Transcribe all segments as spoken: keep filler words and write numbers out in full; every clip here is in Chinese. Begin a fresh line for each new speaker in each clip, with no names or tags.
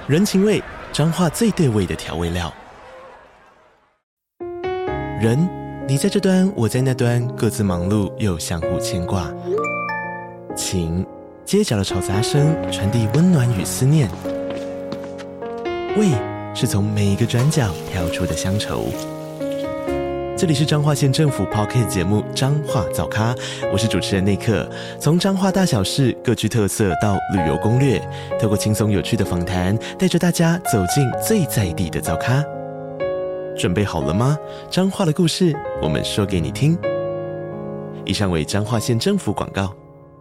人情味，彰化最对味的调味料。人，你在这端，我在那端，各自忙碌又相互牵挂。情，街角的吵杂声传递温暖与思念。味，是从每一个转角跳出的乡愁。这里是彰化县政府 Podcast 节目《彰化早咖》，我是主持人内克。从彰化大小事各具特色到旅游攻略，透过轻松有趣的访谈，带着大家走进最在地的早咖。准备好了吗？彰化的故事，我们说给你听。以上为彰化县政府广告。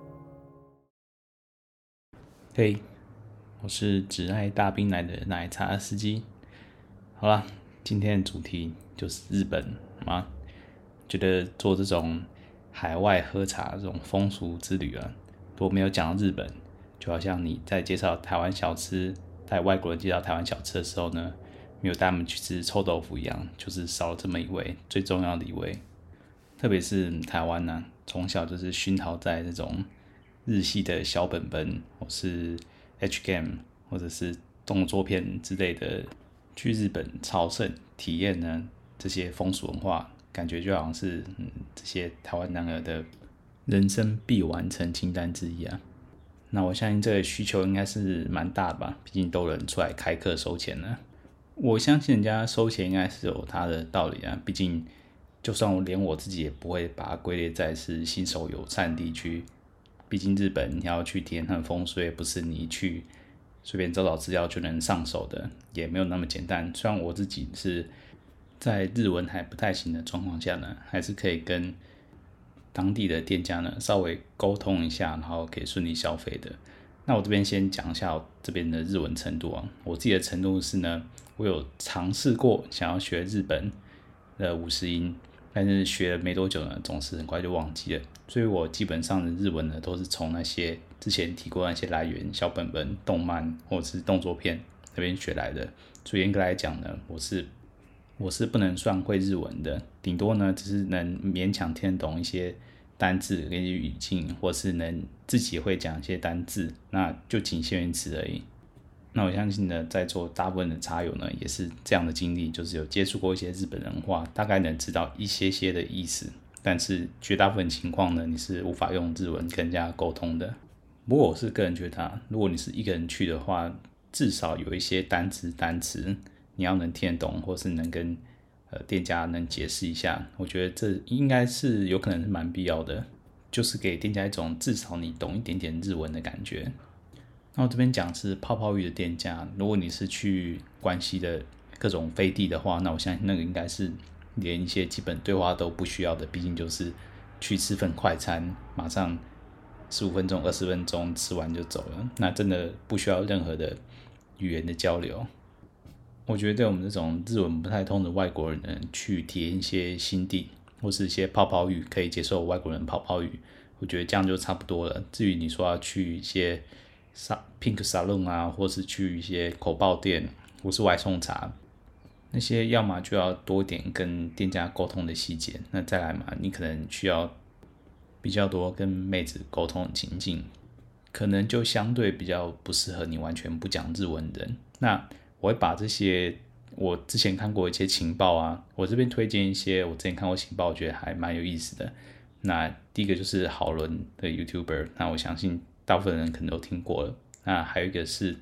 嘿，我是只爱大冰奶的奶茶司机。好啦，今天的主题就是日本嘛，觉得做这种海外喝茶这种风俗之旅啊，如果没有讲到日本，就好像你在介绍台湾小吃，带外国人介绍台湾小吃的时候呢，没有带他们去吃臭豆腐一样，就是少了这么一味最重要的一味。特别是台湾呢、啊，从小就是熏陶在这种日系的小本本，或是 H game， 或者是动作片之类的，去日本朝圣体验呢这些风俗文化，感觉就好像是、嗯、这些台湾男儿的人生必完成清单之一啊。那我相信这个需求应该是蛮大的吧，毕竟都有人出来开课收钱了。我相信人家收钱应该是有他的道理啊，毕竟就算我连我自己也不会把它归类在是新手友善地区，毕竟日本你要去体验它的风俗，也不是你去随便找找资料就能上手的，也没有那么简单。虽然我自己是在日文还不太行的状况下呢，还是可以跟当地的店家呢稍微沟通一下，然后可以顺利消费的。那我这边先讲一下我这边的日文程度啊，我自己的程度是呢，我有尝试过想要学日本的五十音，但是学了没多久呢，总是很快就忘记了。所以我基本上的日文呢，都是从那些之前提过那些来源小本本、动漫或者是动作片那边学来的。所以严格来讲呢，我是我是不能算会日文的，顶多呢只是能勉强听得懂一些单字跟一些语境，或是能自己会讲一些单字，那就仅限于此而已。那我相信呢，在座大部分的茶友呢，也是这样的经历，就是有接触过一些日本人话，大概能知道一些些的意思，但是绝大部分情况呢，你是无法用日文跟人家沟通的。不过我是个人觉得、啊，如果你是一个人去的话，至少有一些单字单词你要能听得懂，或是能跟呃店家能解释一下，我觉得这应该是有可能是蛮必要的，就是给店家一种至少你懂一点点日文的感觉。那我这边讲是泡泡浴的店家，如果你是去关西的各种飞地的话，那我相信那个应该是连一些基本对话都不需要的，毕竟就是去吃份快餐，马上十五分钟、二十分钟吃完就走了，那真的不需要任何的语言的交流。我觉得对我们这种日文不太通的外国人去体验一些新地，或是一些泡泡浴，可以接受外国人泡泡浴，我觉得这样就差不多了。至于你说要去一些 Pink Salon 啊，或是去一些口爆店，或是外送茶，那些要么就要多一点跟店家沟通的细节，那再来嘛，你可能需要比较多跟妹子沟通的情境，可能就相对比较不适合你完全不讲日文的人。那我会把这些我之前看过一些情报啊，我这边推荐一些我之前看过情报，我觉得还蛮有意思的。那第一个就是好伦的 YouTuber， 那我相信大部分人可能都听过了。那还有一个是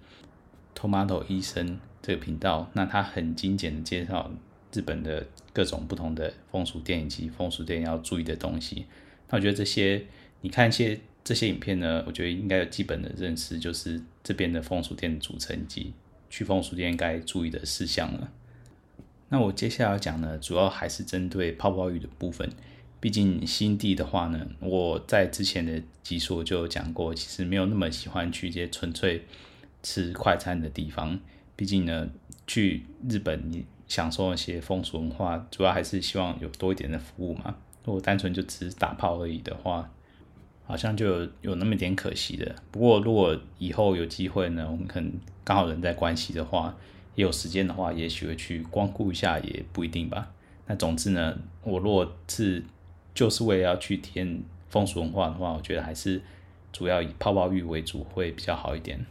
Tomato 医生这个频道，那他很精简的介绍日本的各种不同的风俗店以及风俗店要注意的东西。那我觉得这些你看一些这些影片呢，我觉得应该有基本的认识，就是这边的风俗店的组成以及去风俗店该注意的事项了。那我接下来要讲呢，主要还是针对泡泡浴的部分。毕竟新地的话呢，我在之前的集数就有讲过，其实没有那么喜欢去一些纯粹吃快餐的地方。毕竟呢，去日本你享受一些风俗文化，主要还是希望有多一点的服务嘛。如果单纯就只是打炮而已的话，好像就有有那么点可惜的。不过如果以后有机会呢，我们可能刚好人在关系的话，也有时间的话，也许会去光顾一下，也不一定吧。那总之呢，我如果是就是为了要去体验风俗文化的话，我觉得还是主要以泡泡浴为主会比较好一点。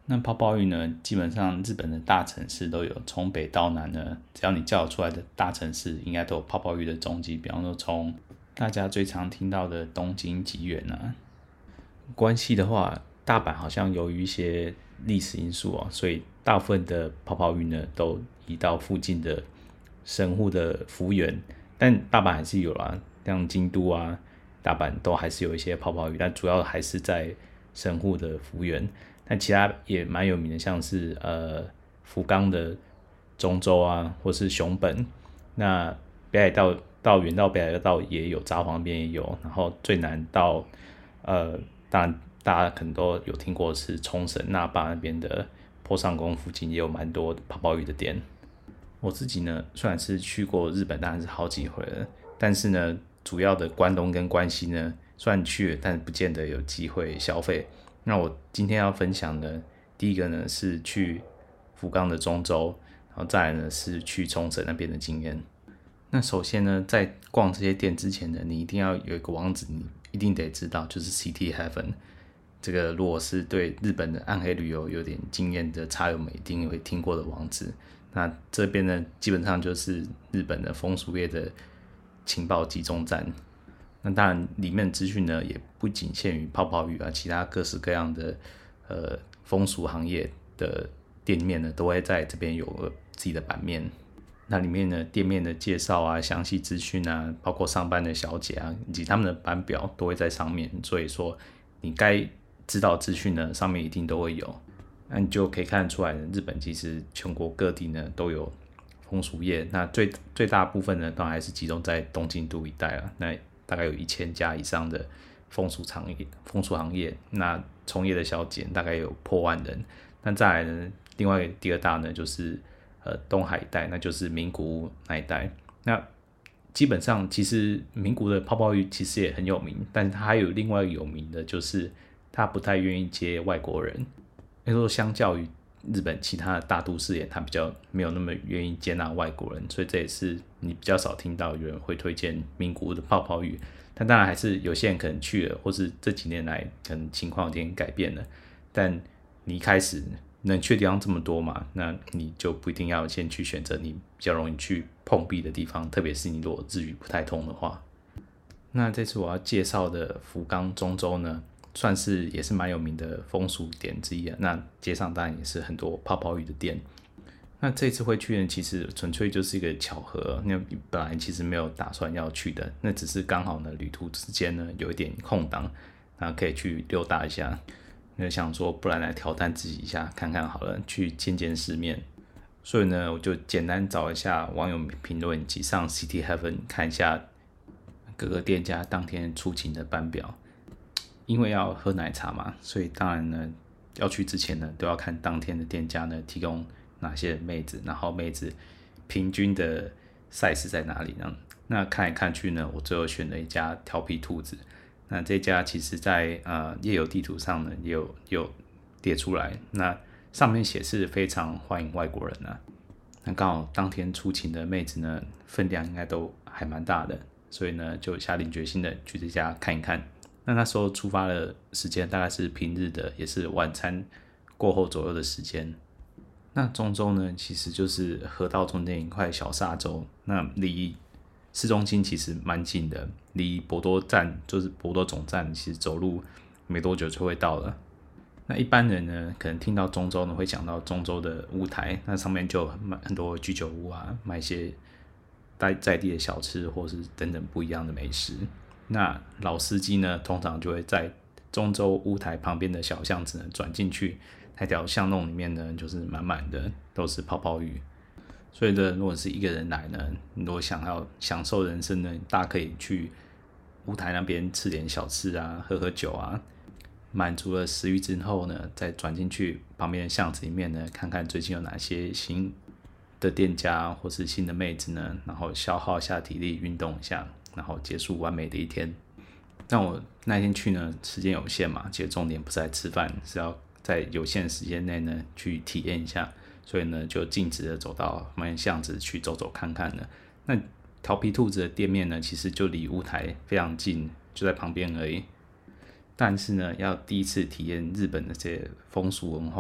那泡泡浴呢，基本上日本的大城市都有，从北到南呢，只要你叫得出来的大城市，应该都有泡泡浴的踪迹。比方说，从大家最常听到的东京、吉原啊，关西的话，大阪好像由于一些历史因素哦，所以大部分的泡泡浴呢，都移到附近的神户的福原，但大阪还是有啦，像京都啊、大阪都还是有一些泡泡浴，但主要还是在神户的福原。但其他也蛮有名的，像是呃福冈的中州啊，或是熊本。那北海道到远到北海道也有，札幌那边也有，然后最南到呃，当然大家可能都有听过是冲绳那霸那边的波上宫附近也有蛮多泡泡浴的店。我自己呢，虽然是去过日本，当然是好几回了，但是呢，主要的关东跟关西呢，虽然去了，但是不见得有机会消费。那我今天要分享的第一个呢是去福冈的中州，然后再来呢是去冲绳那边的经验。那首先呢，在逛这些店之前呢，你一定要有一个网址，你一定得知道，就是 City Heaven。这个如果是对日本的暗黑旅游有点经验的茶友们，一定会听过的网址。那这边呢，基本上就是日本的风俗业的情报集中站。那当然，里面的资讯呢，也不仅限于泡泡浴啊，其他各式各样的呃风俗行业的店面呢，都会在这边有自己的版面。那里面呢，店面的介绍啊、详细资讯啊，包括上班的小姐啊，以及他们的班表都会在上面。所以说，你该知道资讯呢，上面一定都会有。那你就可以看得出来，日本其实全国各地呢都有风俗业。那最最大部分呢，当然还是集中在东京都一带了。那大概有一千家以上的风俗行业，风俗行业，那从业的小姐大概有破万人。那再来呢，另外第二大呢就是呃东海一带，那就是名古屋那一带。那基本上其实名古屋的泡泡浴其实也很有名，但是它还有另外有名的就是它不太愿意接外国人。那说相较于日本其他的大都市也，它比较没有那么愿意接纳外国人，所以这也是你比较少听到有人会推荐名古屋的泡泡浴。但当然还是有些人可能去了，或是这几年来可能情况有点改变了。但你一开始能去的地方这么多嘛，那你就不一定要先去选择你比较容易去碰壁的地方，特别是你如果日语不太通的话。那这次我要介绍的福冈中州呢，算是也是蛮有名的风俗点之一啊。那街上当然也是很多泡泡浴的店。那这次会去呢，其实纯粹就是一个巧合，那本来其实没有打算要去的，那只是刚好呢旅途之间呢有一点空档，那可以去溜达一下。那想说不然来挑战自己一下看看好了，去见见世面。所以呢，我就简单找一下网友评论，以及上 City Heaven 看一下各个店家当天出勤的班表。因为要喝奶茶嘛，所以当然呢，要去之前呢，都要看当天的店家呢提供哪些妹子，然后妹子平均的 size 在哪里呢？那看来看去呢，我最后选了一家调皮兔子。那这家其实在呃夜游地图上呢也有有列出来，那上面写是非常欢迎外国人啊。那刚好当天出勤的妹子呢，分量应该都还蛮大的，所以呢就下定决心的去这家看一看。那那时候出发的时间大概是平日的，也是晚餐过后左右的时间。那中州呢，其实就是河道中间一块小沙洲，那离市中心其实蛮近的，离博多站就是博多总站，其实走路没多久就会到了。那一般人呢，可能听到中州呢，会想到中州的屋台，那上面就有很多居酒屋啊，卖一些在在地的小吃，或是等等不一样的美食。那老司机呢，通常就会在中州屋台旁边的小巷子呢转进去，那条巷弄里面呢，就是满满的都是泡泡浴。所以呢，如果是一个人来呢，你如果想要享受人生呢，大家可以去屋台那边吃点小吃啊，喝喝酒啊，满足了食欲之后呢，再转进去旁边的巷子里面呢，看看最近有哪些新的店家或是新的妹子呢，然后消耗一下体力，运动一下，然后结束完美的一天。但我那天去呢，时间有限嘛，其实重点不是在吃饭，是要在有限的时间内呢去体验一下，所以呢就径直的走到旁边巷子去走走看看了。那调皮兔子的店面呢，其实就离屋台非常近，就在旁边而已。但是呢，要第一次体验日本的这些风俗文化，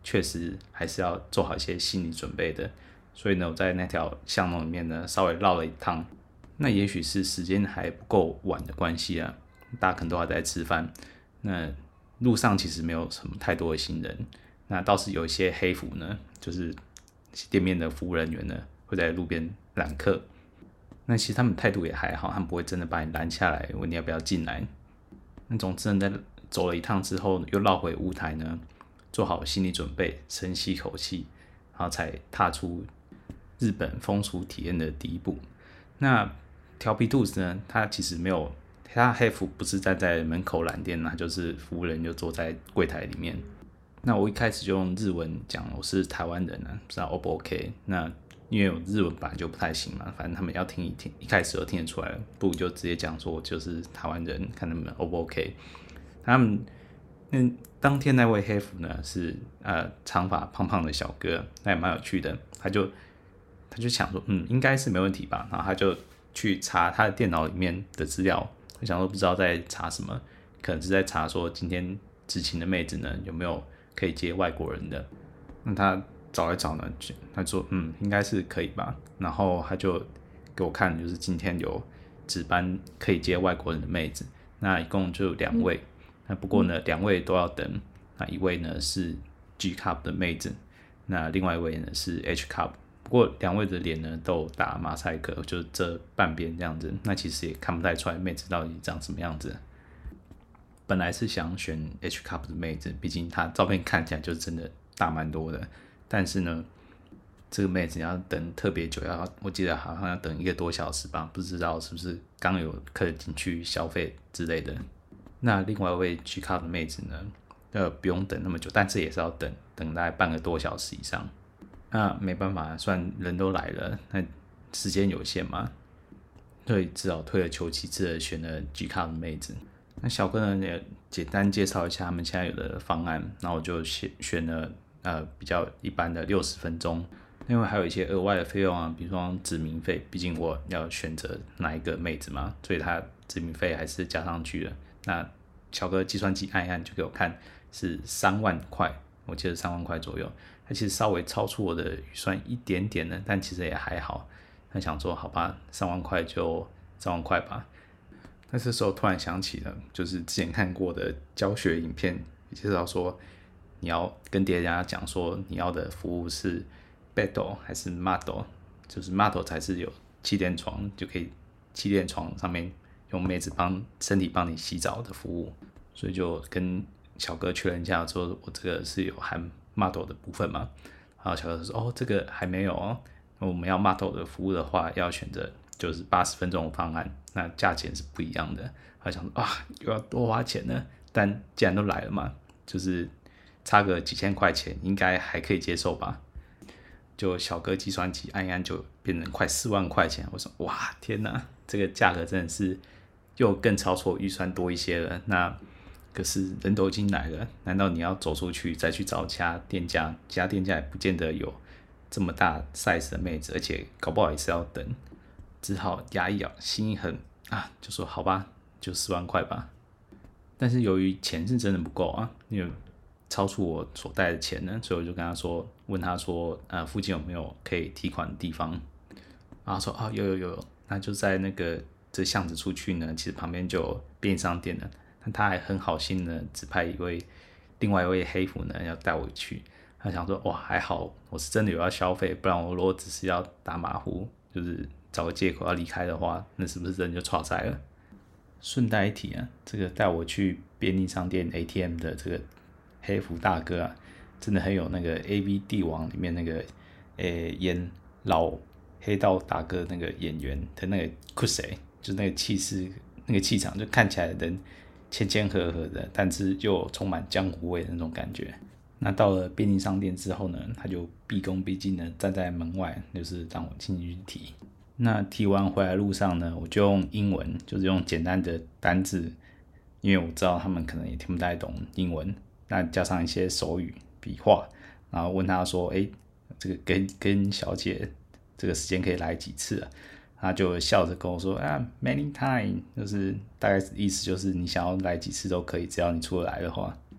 确实还是要做好一些心理准备的。所以呢，我在那条巷弄里面呢稍微绕了一趟。那也许是时间还不够晚的关系啊，大家可能都还在吃饭。那路上其实没有什么太多的行人，那倒是有一些黑服呢，就是店面的服务人员呢会在路边揽客。那其实他们态度也还好，他们不会真的把你拦下来问你要不要进来。那总之呢，在走了一趟之后，又绕回舞台呢，做好心理准备，深吸口气，然后才踏出日本风俗体验的第一步。那调皮兔子呢，他其实没有，他黑服不是站在门口揽店，他就是服务人就坐在柜台里面。那我一开始就用日文讲我是台湾人啊，不知道 O 不 OK？ 那因为我日文本来就不太行嘛，反正他们要听一听，一开始就听得出来了，不如就直接讲说我就是台湾人，看他们 O 不 OK？ 他们那当天那位黑服呢是呃长发胖胖的小哥，那也蛮有趣的，他就他就想说嗯应该是没问题吧，然后他就去查他的电脑里面的资料，我想说不知道在查什么，可能是在查说今天执勤的妹子呢有没有可以接外国人的。那他找一找呢，他说嗯应该是可以吧，然后他就给我看，就是今天有值班可以接外国人的妹子，那一共就两位，那不过呢两位都要等，那一位呢是 G cup 的妹子，那另外一位呢是 H cup。不过两位的脸呢都有打马赛克，就遮半边这样子，那其实也看不太出来妹子到底长什么样子。本来是想选 H cup 的妹子，毕竟她照片看起来就真的大蛮多的，但是呢这个妹子要等特别久，要我记得好像要等一个多小时吧，不知道是不是刚有客人进去消费之类的。那另外一位 G cup 的妹子呢呃不用等那么久，但是也是要等等大概半个多小时以上。那没办法，算人都来了，那时间有限嘛，所以只好退而求其次的选了 G 卡的妹子。那小哥呢也简单介绍一下他们现在有的方案，然后我就选选了呃比较一般的六十分钟。另外还有一些额外的费用啊，比如说指名费，毕竟我要选择哪一个妹子嘛，所以他指名费还是加上去了。那小哥计算机按一按就给我看是三万块，我记得三万块左右。它其实稍微超出我的预算一点点的，但其实也还好。那想说好吧，三万块就三万块吧。那这时候突然想起了，就是之前看过的教学影片，介绍说你要跟店家讲说你要的服务是 bed 还是 model， 就是 model 才是有气垫床，就可以气垫床上面用妹子帮身体帮你洗澡的服务。所以就跟小哥确认一下，说我这个是有含model 的部分嘛，然后小哥说哦这个还没有哦，我们要 model 的服务的话要选择就是八十分钟的方案，那价钱是不一样的。他想说啊又要多花钱呢，但既然都来了嘛，就是差个几千块钱应该还可以接受吧。就小哥计算机按一按就变成快四万块钱，我说哇天哪，这个价格真的是又更超出我预算多一些了。那可是人都已经来了，难道你要走出去再去找其他店家？其他店家也不见得有这么大 size 的妹子，而且搞不好也是要等。只好牙一咬，心一横啊，就说好吧，就四万块吧。但是由于钱是真的不够啊，因为超出我所带的钱呢，所以我就跟他说，问他说，呃，附近有没有可以提款的地方？然后他说啊，有有有，那就在那个这巷子出去呢，其实旁边就有便利商店了。但他还很好心的指派一位另外一位黑服呢要带我去。他想说哇还好我是真的有要消费，不然我如果只是要打马虎，就是找个借口要离开的话，那是不是真的就错在了？顺带一提啊，这个带我去便利商店 A T M 的这个黑服大哥啊，真的很有那个 A V 帝王里面那个诶演老黑道大哥那个演员的那个酷谁，就是那个气势那个气场，就看起来人谦谦和和的，但是又充满江湖味的那种感觉。那到了便利商店之后呢，他就毕恭毕敬的站在门外，就是让我进去提。那提完回来路上呢，我就用英文，就是用简单的单字，因为我知道他们可能也听不太懂英文，那加上一些手语笔画，然后问他说：“哎，这个跟跟小姐这个时间可以来几次啊？”他就笑着跟我说啊 ，many time， 就是大概意思就是你想要来几次都可以，只要你出得来的话。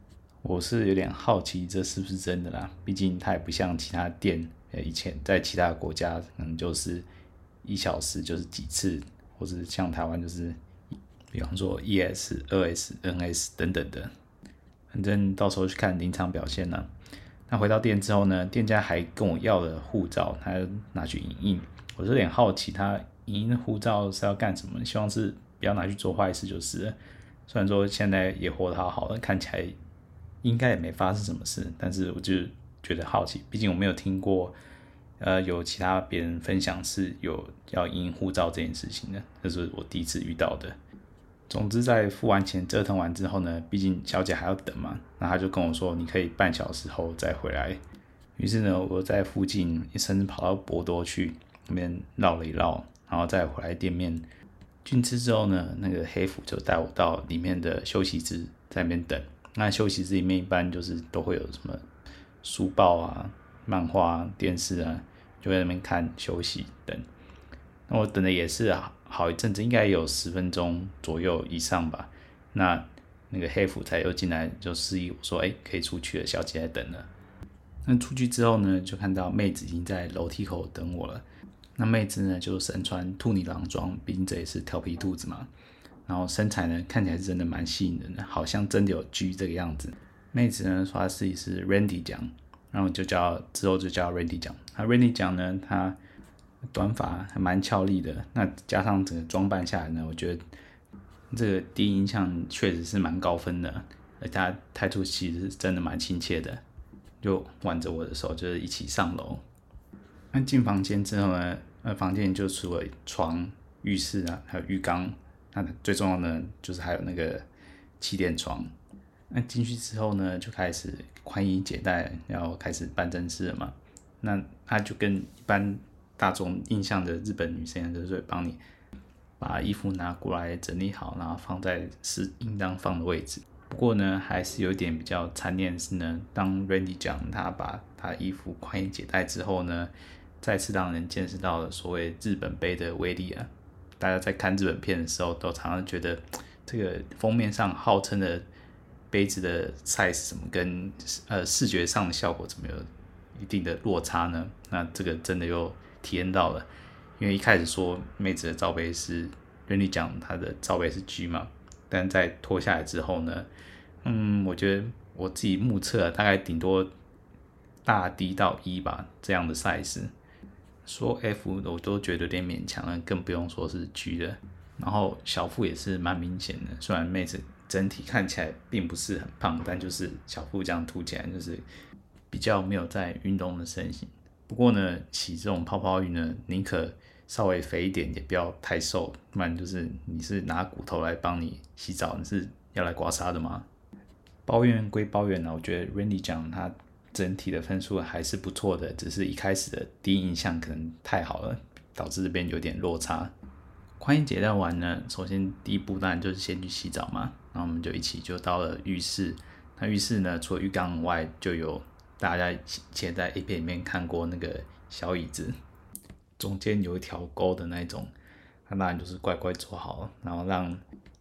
我是有点好奇这是不是真的啦，毕竟它也不像其他店，以前在其他国家可能就是一小时就是几次，或者像台湾就是比方说 一 S、二 S、N S 等等的，反正到时候去看临场表现啦。那回到店之后呢，店家还跟我要了护照，他拿去影印。我有点好奇，他影印护照是要干什么？希望是不要拿去做坏事就是了。虽然说现在也活得好好的，看起来应该也没发生什么事，但是我就觉得好奇，毕竟我没有听过，呃，有其他别人分享是有要影印护照这件事情的，这是我第一次遇到的。总之在付完钱折腾完之后呢，毕竟小姐还要等嘛，那他就跟我说你可以半小时后再回来。于是呢，我在附近甚至跑到博多去那边绕了一绕，然后再回来店面进吃之后呢，那个黑服就带我到里面的休息室在那边等。那休息室里面一般就是都会有什么书报啊、漫画啊、电视啊，就在那边看休息等。那我等的也是好一阵子，应该有十分钟左右以上吧。那那个黑服才又进来，就示意我说：“哎、欸，可以出去了，小姐在等了。”那出去之后呢，就看到妹子已经在楼梯口等我了。那妹子呢，就身穿兔女郎装，毕竟这也是调皮兔子嘛。然后身材呢，看起来是真的蛮吸引人的，好像真的有 G 这个样子。妹子呢说她自己是 Randy 酱，然后就叫之后就叫 Randy 酱。那 Randy 酱呢，她短发还蛮俏丽的，那加上整个装扮下来呢，我觉得这个第一印象确实是蛮高分的，而且她态度其实是真的蛮亲切的，就挽着我的手，就是一起上楼。那进房间之后呢，那房间就除了床、浴室啊，还有浴缸，那最重要的呢，就是还有那个气垫床。那进去之后呢，就开始宽衣解带，要开始办正事了嘛。那他就跟一般大众印象的日本女生，就是会帮你把衣服拿过来整理好，然后放在是应当放的位置。不过呢，还是有一点比较残念的是呢，当 Randy 讲他把他衣服宽衣解带之后呢，再次让人见识到了所谓日本杯的威力啊！大家在看日本片的时候，都常常觉得这个封面上号称的杯子的 size 什么跟呃视觉上的效果怎么有一定的落差呢？那这个真的又体验到了，因为一开始说妹子的罩杯是 Randy 讲她的罩杯是 G 嘛，但在脱下来之后呢，嗯，我觉得我自己目测、啊、大概顶多大 D 到 E 吧这样的 size。说 F 我都觉得有点勉强了，更不用说是 G 的。然后小腹也是蛮明显的，虽然妹子整体看起来并不是很胖，但就是小腹这样凸起来，就是比较没有在运动的身形。不过呢，洗这种泡泡浴呢，宁可稍微肥一点，也不要太瘦，不然就是你是拿骨头来帮你洗澡，你是要来刮痧的吗？抱怨归抱怨啊，我觉得 Randy 讲他整体的分数还是不错的，只是一开始的第一印象可能太好了，导致这边有点落差。宽衣解带完呢，首先第一步当然就是先去洗澡嘛，然后我们就一起就到了浴室。那浴室呢，除了浴缸外，就有大家以前在 A 片里面看过那个小椅子，中间有一条沟的那种，那当然就是乖乖坐好，然后让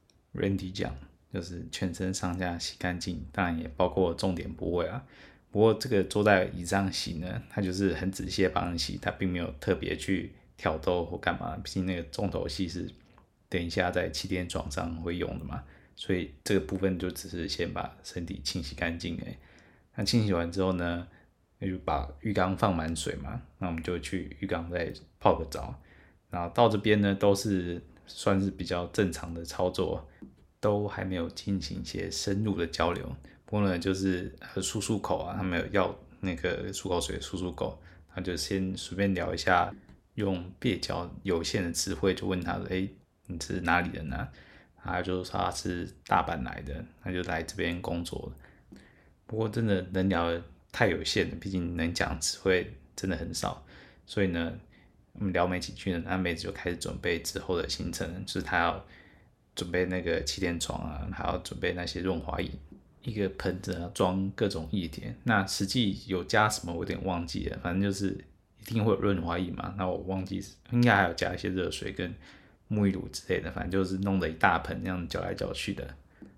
Randy 讲，就是全身上下洗干净，当然也包括重点部位啊。不过这个坐在椅上洗呢，他就是很仔细的帮你洗，他并没有特别去挑逗或干嘛，毕竟那个重头戏是等一下在气垫床上会用的嘛，所以这个部分就只是先把身体清洗干净。那清洗完之后呢，那就把浴缸放满水嘛，那我们就去浴缸再泡个澡，然后到这边呢都是算是比较正常的操作，都还没有进行一些深入的交流。不过呢，就是漱漱口啊，他们有要那个漱口水漱漱口，他就先随便聊一下，用蹩脚有限的词汇就问他说：“哎，你是哪里人啊？”他就说他是大阪来的，他就来这边工作。不过真的能聊的太有限了，毕竟能讲词汇真的很少，所以呢，我们聊没几句呢，那妹子就开始准备之后的行程，就是她要准备那个气垫床啊，还要准备那些润滑液。一个盆子啊，装各种液体，那实际有加什么我有点忘记了，反正就是一定会有润滑液嘛，那我忘记应该还有加一些热水跟沐浴乳之类的，反正就是弄了一大盆这样搅来搅去的。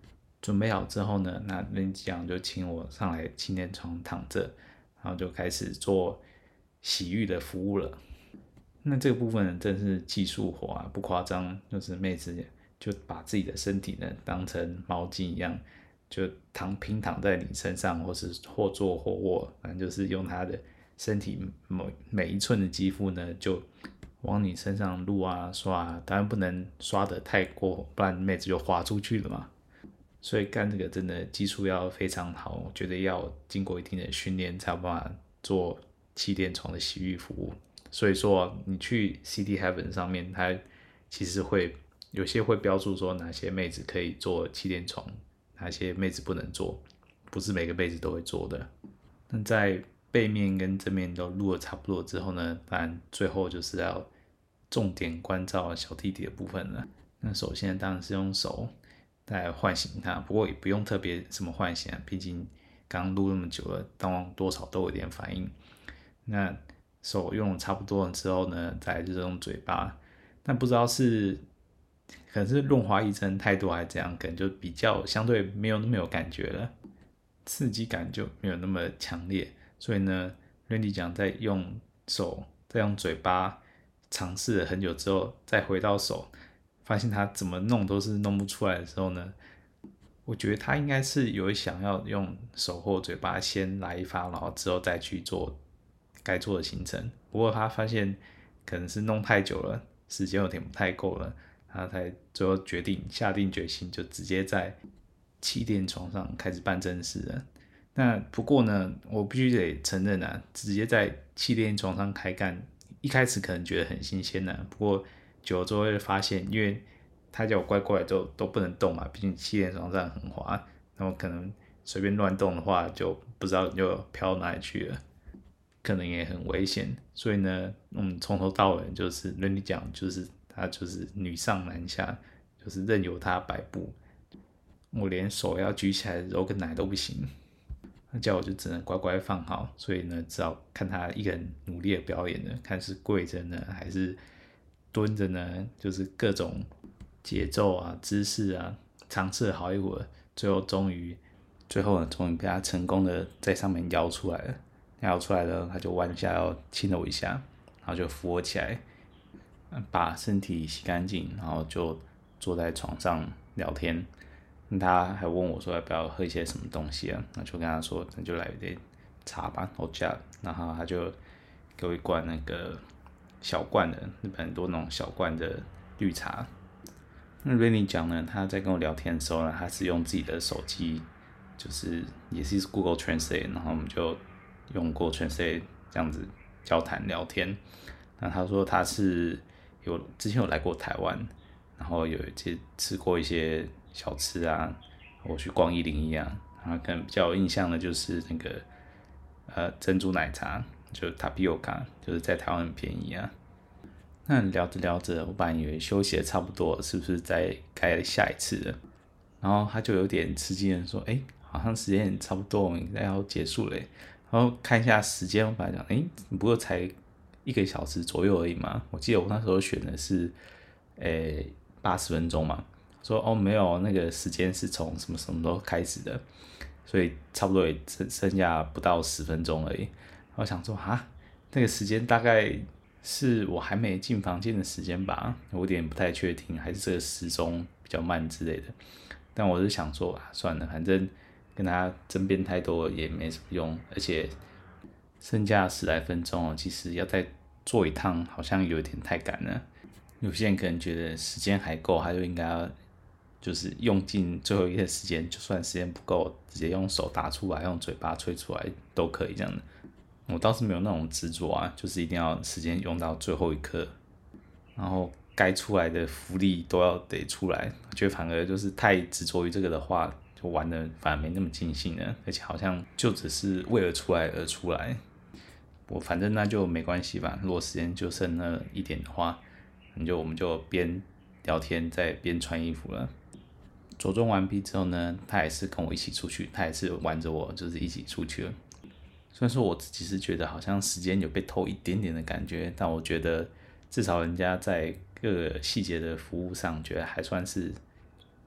准备好之后呢，那人机长就请我上来气垫床躺着，然后就开始做洗浴的服务了。那这个部分呢，真是技术活啊，不夸张，就是妹子就把自己的身体呢当成毛巾一样，就躺平躺在你身上，或是或坐或卧，反正就是用她的身体每每一寸的肌肤呢，就往你身上撸啊刷啊，当然不能刷得太过，不然妹子就滑出去了嘛。所以干这个真的技术要非常好，我觉得要经过一定的训练才有办法做气垫床的洗浴服务。所以说你去 City Heaven 上面，它其实会有些会标注说哪些妹子可以做气垫床，哪些妹子不能做，不是每个妹子都会做的。那在背面跟正面都录了差不多之后呢，当然最后就是要重点关照小弟弟的部分了。那首先当然是用手来唤醒他，不过也不用特别什么唤醒啊，毕竟刚录那么久了，当然多少都有点反应。那手用了差不多了之后呢，再来就是用嘴巴。但不知道是可能是润滑液真太多还是怎样，可能就比较相对没有那么有感觉了，刺激感就没有那么强烈。所以呢 Randy 讲在用手再用嘴巴尝试了很久之后，再回到手，发现他怎么弄都是弄不出来的时候呢，我觉得他应该是有想要用手或嘴巴先来一发，然后之后再去做该做的行程。不过他发现可能是弄太久了，时间有点不太够了，他才最后决定下定决心，就直接在气垫床上开始办正事了。那不过呢，我必须得承认啊，直接在气垫床上开干，一开始可能觉得很新鲜啊，不过久了之后会发现，因为他叫我乖乖都都不能动嘛，毕竟气垫床上很滑，然后可能随便乱动的话，就不知道你就飘哪里去了，可能也很危险。所以呢，嗯，从头到尾就是伦理讲，就是他就是女上男下，就是任由他摆布，我连手要举起来揉个奶都不行。那叫我就只能乖乖放好，所以呢，只好看他一个人努力的表演呢，看是跪着呢，还是蹲着呢，就是各种节奏啊、姿势啊，尝试了好一会儿，最后终于，最后呢，终于被他成功的在上面摇出来了。摇出来了，他就弯下腰亲了我一下，然后就扶我起来，把身体洗干净，然后就坐在床上聊天。他还问我说要不要喝一些什么东西啊？那就跟他说，那就来一点茶吧，我加。然后他就给我一罐那个小罐的，日本很多那种小罐的绿茶。那 Randy 讲呢，他在跟我聊天的时候呢，他是用自己的手机，就是也是 Google Translate， 然后我们就用 Google Translate 这样子交谈聊天。那他说他是有之前有来过台湾，然后有吃吃过一些小吃啊，我去逛一零一啊，然后可能比较有印象的就是那个呃珍珠奶茶，就是 Tapioca， 就是在台湾很便宜啊。那聊着聊着，我本来以为休息的差不多，是不是在该下一次了？然后他就有点吃惊的说：“哎、欸，好像时间也差不多，我们应该要结束了。”然后看一下时间，我本来讲：“哎、欸，你不过才一个小时左右而已嘛。”我记得我那时候选的是，诶八十分钟嘛。说哦没有，那个时间是从什么什么时候开始的，所以差不多也剩剩下不到十分钟而已。我想说啊，那个时间大概是我还没进房间的时间吧，我有点不太确定，还是这个时钟比较慢之类的。但我是想说啊，算了，反正跟他争辩太多也没什么用，而且剩下十来分钟，其实要再做一趟好像有点太赶了。有些人可能觉得时间还够，他就应该要就是用尽最后一个时间，就算时间不够，直接用手打出来，用嘴巴吹出来都可以这样的。我倒是没有那种执着啊，就是一定要时间用到最后一刻，然后该出来的福利都要得出来。我觉得反而就是太执着于这个的话，就玩的反而没那么尽兴了，而且好像就只是为了出来而出来。我反正那就没关系吧，如果时间就剩那一点的话，那就我们就边聊天再边穿衣服了。着装完毕之后呢，他也是跟我一起出去，他也是挽着我，就是一起出去了。虽然说我自己是觉得好像时间有被偷一点点的感觉，但我觉得至少人家在各个细节的服务上，觉得还算是就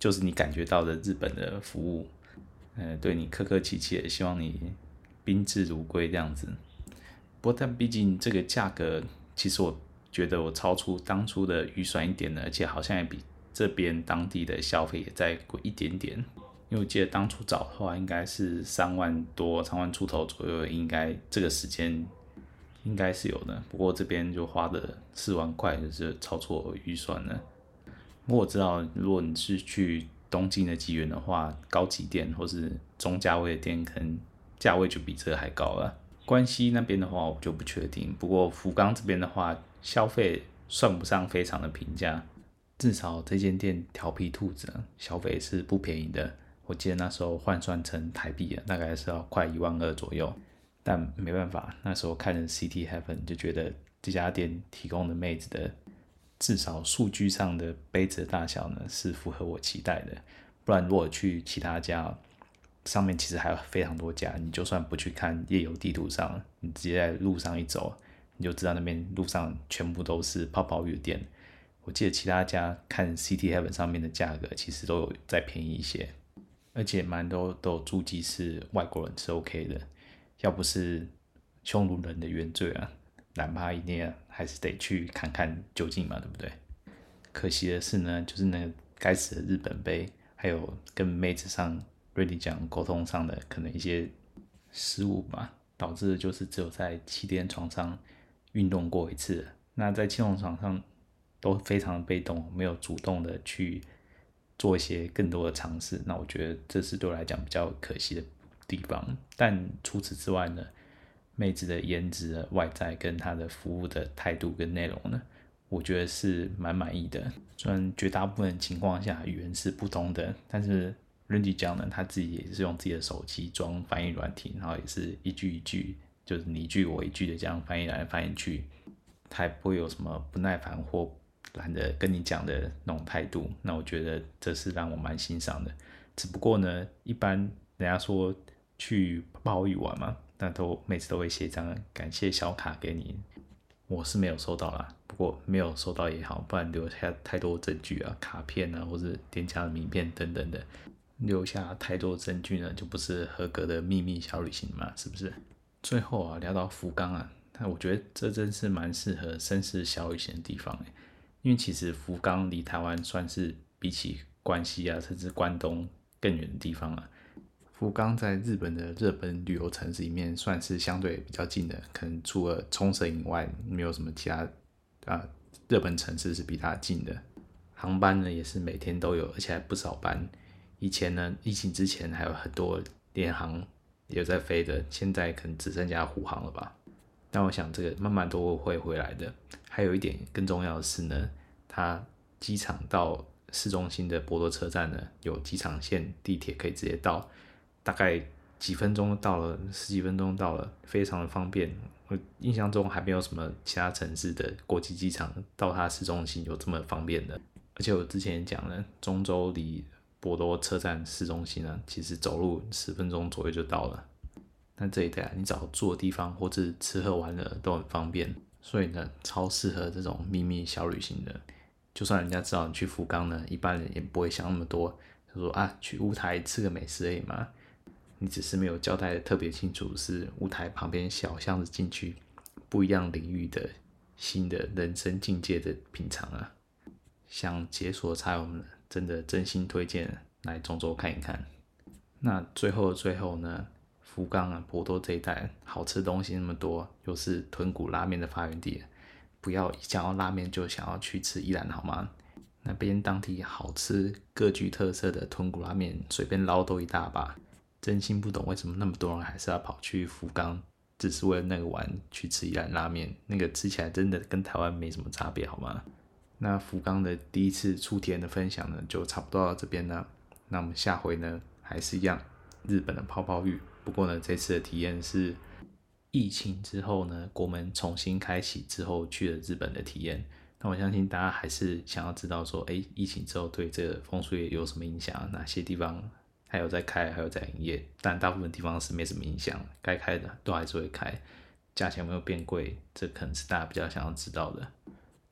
就是你感觉到的日本的服务，呃，对你客客气气的，希望你宾至如归这样子。不过但毕竟这个价格，其实我觉得我超出当初的预算一点了，而且好像也比这边当地的消费也再贵一点点。因为我记得当初找的话，应该是三万多、三万出头左右，应该这个时间应该是有的。不过这边就花了四万块，就是超出我预算了。不过我知道，如果你是去东京的吉原的话，高级店或是中价位的店，可能价位就比这个还高了。关西那边的话，我就不确定。不过福冈这边的话，消费算不上非常的平价，至少这间店调皮兔子呢，消费是不便宜的。我记得那时候换算成台币大概是要快一万二左右。但没办法，那时候看了 City Heaven 就觉得这家店提供的妹子的至少数据上的杯子的大小呢是符合我期待的。不然如果去其他家，上面其实还有非常多家，你就算不去看夜游地图上，你直接在路上一走，你就知道那边路上全部都是泡泡浴的店。我记得其他家看 City Heaven 上面的价格其实都有再便宜一些，而且蛮多都有注记是外国人是 OK 的。要不是匈奴人的原罪啊，哪怕一定还是得去看看究竟嘛，对不对？可惜的是呢，就是那个该死的日本杯，还有跟妹子上Randy讲沟通上的可能一些失误吧，导致就是只有在气垫床上运动过一次。那在气垫床上都非常被动，没有主动的去做一些更多的尝试。那我觉得这是对我来讲比较可惜的地方。但除此之外呢，妹子的颜值、外在跟她的服务的态度跟内容呢，我觉得是蛮满意的。虽然绝大部分情况下语言是不通的，但是 Randy 讲呢，他自己也是用自己的手机装翻译软体，然后也是一句一句，就是你一句我一句的这样翻译来翻译去，他也不会有什么不耐烦或懒得跟你讲的那种态度。那我觉得这是让我蛮欣赏的。只不过呢，一般人家说去泡浴玩嘛，但都每次都会写一张感谢小卡给你，我是没有收到啦。不过没有收到也好，不然留下太多证据啊，卡片啊，或是店家的名片等等的，留下太多证据呢，就不是合格的秘密小旅行嘛，是不是？最后啊，聊到福冈啊，我觉得这真是蛮适合绅士小旅行的地方欸，因为其实福冈离台湾算是比起关西啊，甚至关东更远的地方啊。福冈在日本的热门旅游城市里面算是相对比较近的，可能除了冲绳以外，没有什么其他啊日本城市是比它近的。航班呢也是每天都有，而且还不少班。以前呢，疫情之前还有很多联航也有在飞的，现在可能只剩下虎航了吧。但我想这个慢慢都会回来的。还有一点更重要的是呢，它机场到市中心的博多车站呢，有机场线地铁可以直接到。大概几分钟到了，十几分钟到了，非常的方便。我印象中还没有什么其他城市的国际机场到它市中心有这么方便的。而且我之前也讲了，中州离博多车站市中心呢，其实走路十分钟左右就到了。那这一带你找住的地方或者吃喝玩乐都很方便，所以呢，超适合这种秘密小旅行的。就算人家知道你去福冈呢，一般人也不会想那么多，就说啊，去乌台吃个美食而已嘛。你只是没有交代的特别清楚，是乌台旁边小巷子进去，不一样领域的新的人生境界的品尝啊。想解锁差我们真的真心推荐来中州看一看。那最后的最后呢，福冈啊、博多这一带好吃的东西那么多，又是豚骨拉面的发源地，不要一讲到拉面就想要去吃宜兰好吗？那边当地好吃各具特色的豚骨拉面，随便捞都一大把。真心不懂为什么那么多人还是要跑去福冈，只是为了那个碗去吃宜兰拉面，那个吃起来真的跟台湾没什么差别好吗？那福冈的第一次初体验的分享呢，就差不多到这边了。那我们下回呢，还是一样日本的泡泡浴，不过呢，这次的体验是疫情之后呢，国门重新开启之后去了日本的体验。那我相信大家还是想要知道说，哎，疫情之后对这个风俗业有什么影响？哪些地方还有在开，还有在营业？但大部分地方是没什么影响，该开的都还是会开。价钱有没有变贵？这可能是大家比较想要知道的。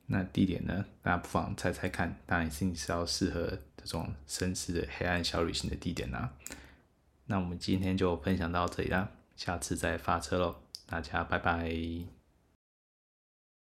那地点呢，大家不妨猜猜看，当然一定是要适合这种绅士的黑暗小旅行的地点啦。那我们今天就分享到这里啦，下次再发车咯，大家拜拜。